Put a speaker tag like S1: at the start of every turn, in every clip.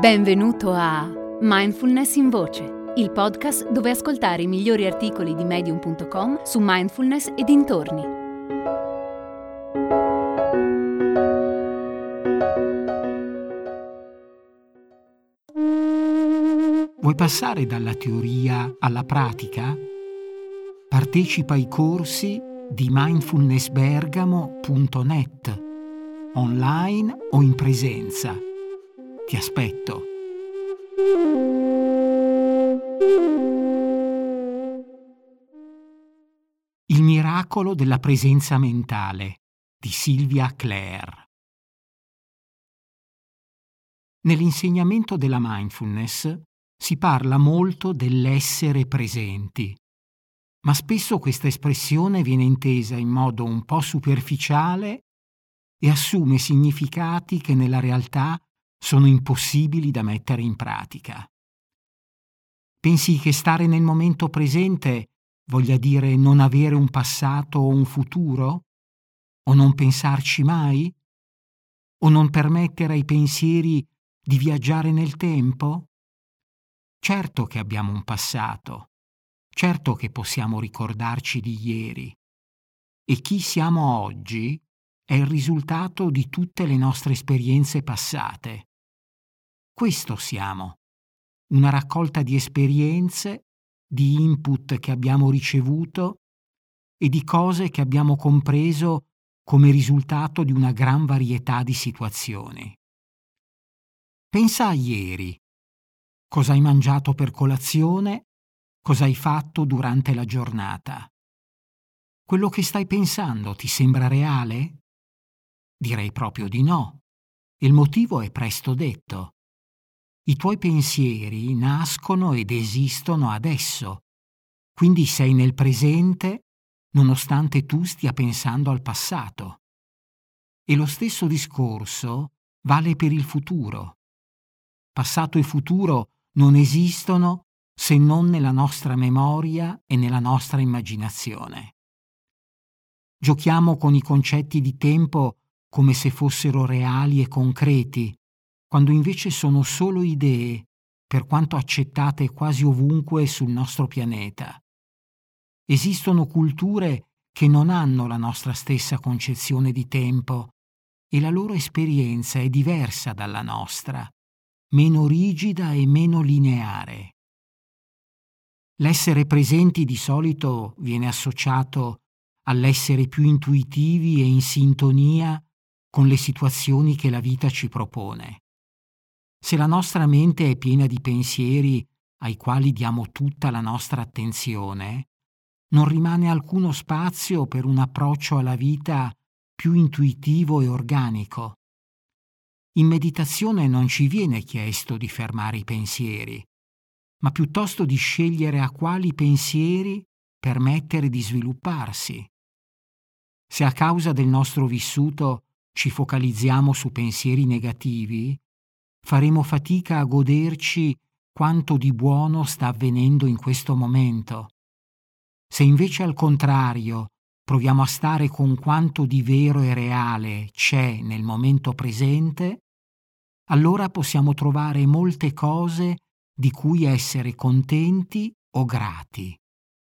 S1: Benvenuto a Mindfulness in Voce, il podcast dove ascoltare i migliori articoli di Medium.com su mindfulness e dintorni.
S2: Vuoi passare dalla teoria alla pratica? Partecipa ai corsi di mindfulnessbergamo.net, online o in presenza. Ti aspetto. Il miracolo della presenza mentale di Sylvia Clare. Nell'insegnamento della mindfulness si parla molto dell'essere presenti, ma spesso questa espressione viene intesa in modo un po' superficiale e assume significati che nella realtà sono impossibili da mettere in pratica. Pensi che stare nel momento presente voglia dire non avere un passato o un futuro? O non pensarci mai? O non permettere ai pensieri di viaggiare nel tempo? Certo che abbiamo un passato, certo che possiamo ricordarci di ieri. E chi siamo oggi è il risultato di tutte le nostre esperienze passate. Questo siamo, una raccolta di esperienze, di input che abbiamo ricevuto e di cose che abbiamo compreso come risultato di una gran varietà di situazioni. Pensa a ieri. Cosa hai mangiato per colazione? Cosa hai fatto durante la giornata? Quello che stai pensando ti sembra reale? Direi proprio di no. E il motivo è presto detto. I tuoi pensieri nascono ed esistono adesso, quindi sei nel presente nonostante tu stia pensando al passato. E lo stesso discorso vale per il futuro. Passato e futuro non esistono se non nella nostra memoria e nella nostra immaginazione. Giochiamo con i concetti di tempo come se fossero reali e concreti, quando invece sono solo idee, per quanto accettate quasi ovunque sul nostro pianeta. Esistono culture che non hanno la nostra stessa concezione di tempo e la loro esperienza è diversa dalla nostra, meno rigida e meno lineare. L'essere presenti di solito viene associato all'essere più intuitivi e in sintonia con le situazioni che la vita ci propone. Se la nostra mente è piena di pensieri ai quali diamo tutta la nostra attenzione, non rimane alcuno spazio per un approccio alla vita più intuitivo e organico. In meditazione non ci viene chiesto di fermare i pensieri, ma piuttosto di scegliere a quali pensieri permettere di svilupparsi. Se a causa del nostro vissuto ci focalizziamo su pensieri negativi, faremo fatica a goderci quanto di buono sta avvenendo in questo momento. Se invece al contrario proviamo a stare con quanto di vero e reale c'è nel momento presente, allora possiamo trovare molte cose di cui essere contenti o grati.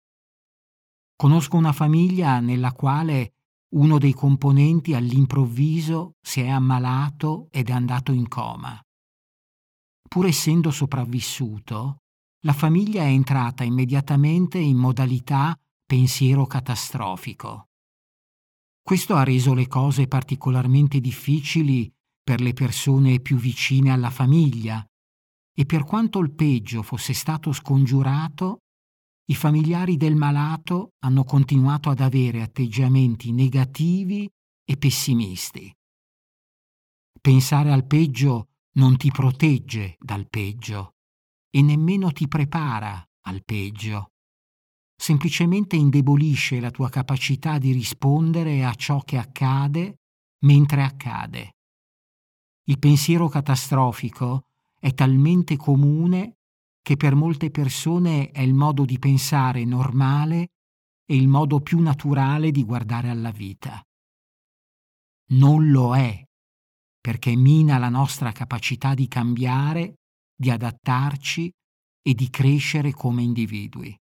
S2: Conosco una famiglia nella quale uno dei componenti all'improvviso si è ammalato ed è andato in coma. Pur essendo sopravvissuto, la famiglia è entrata immediatamente in modalità pensiero catastrofico. Questo ha reso le cose particolarmente difficili per le persone più vicine alla famiglia e per quanto il peggio fosse stato scongiurato, i familiari del malato hanno continuato ad avere atteggiamenti negativi e pessimisti. Pensare al peggio non ti protegge dal peggio e nemmeno ti prepara al peggio. Semplicemente indebolisce la tua capacità di rispondere a ciò che accade mentre accade. Il pensiero catastrofico è talmente comune che per molte persone è il modo di pensare normale e il modo più naturale di guardare alla vita. Non lo è, perché mina la nostra capacità di cambiare di adattarci e di crescere come individui.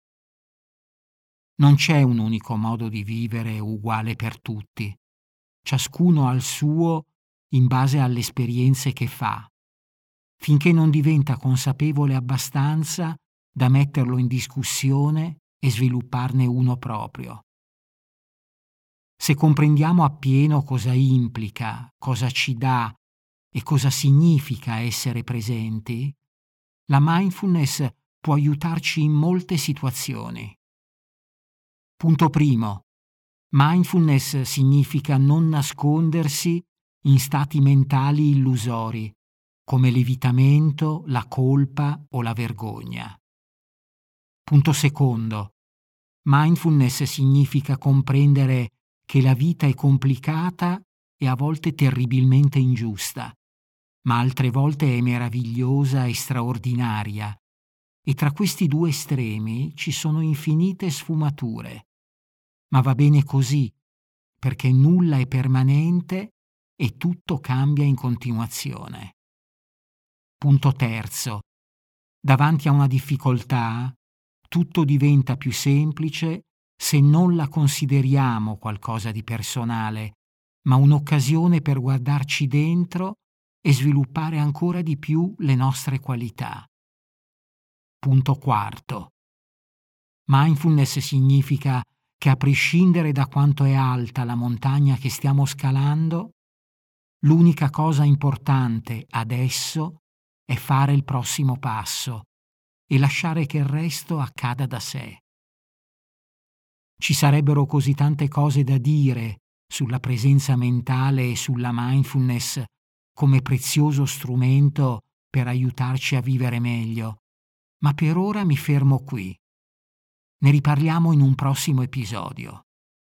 S2: Non c'è un unico modo di vivere uguale per tutti. Ciascuno ha il suo in base alle esperienze che fa, finché non diventa consapevole abbastanza da metterlo in discussione e svilupparne uno proprio. Se comprendiamo appieno cosa implica, cosa ci dà e cosa significa essere presenti, la mindfulness può aiutarci in molte situazioni. Punto primo. Mindfulness significa non nascondersi in stati mentali illusori, come l'evitamento, la colpa o la vergogna. Punto secondo. Mindfulness significa comprendere che la vita è complicata e a volte terribilmente ingiusta, ma altre volte è meravigliosa e straordinaria, e tra questi due estremi ci sono infinite sfumature. Ma va bene così, perché nulla è permanente e tutto cambia in continuazione. Punto terzo. Davanti a una difficoltà, tutto diventa più semplice se non la consideriamo qualcosa di personale, ma un'occasione per guardarci dentro e sviluppare ancora di più le nostre qualità. Punto quarto. Mindfulness significa che a prescindere da quanto è alta la montagna che stiamo scalando, l'unica cosa importante adesso è fare il prossimo passo e lasciare che il resto accada da sé. Ci sarebbero così tante cose da dire sulla presenza mentale e sulla mindfulness come prezioso strumento per aiutarci a vivere meglio, ma per ora mi fermo qui. Ne riparliamo in un prossimo episodio.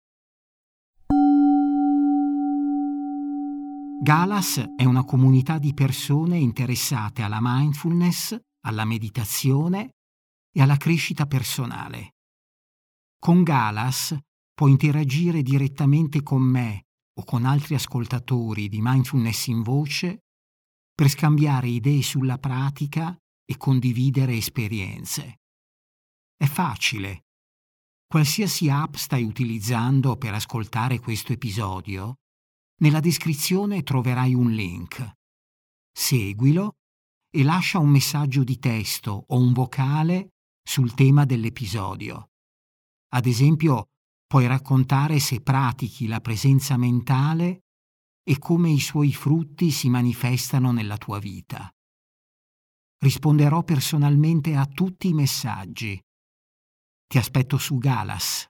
S2: Galas è una comunità di persone interessate alla mindfulness, alla meditazione e alla crescita personale. Con Galas puoi interagire direttamente con me o con altri ascoltatori di Mindfulness in Voce per scambiare idee sulla pratica e condividere esperienze. È facile. Qualsiasi app stai utilizzando per ascoltare questo episodio, nella descrizione troverai un link. Seguilo e lascia un messaggio di testo o un vocale sul tema dell'episodio. Ad esempio, puoi raccontare se pratichi la presenza mentale e come i suoi frutti si manifestano nella tua vita. Risponderò personalmente a tutti i messaggi. Ti aspetto su Galas.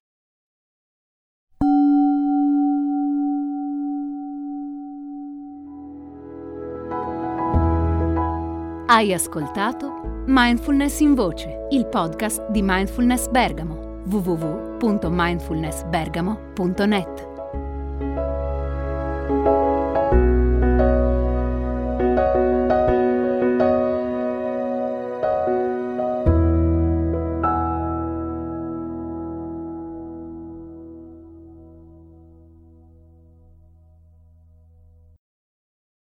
S1: Hai ascoltato Mindfulness in Voce, il podcast di Mindfulness Bergamo. www.mindfulnessbergamo.net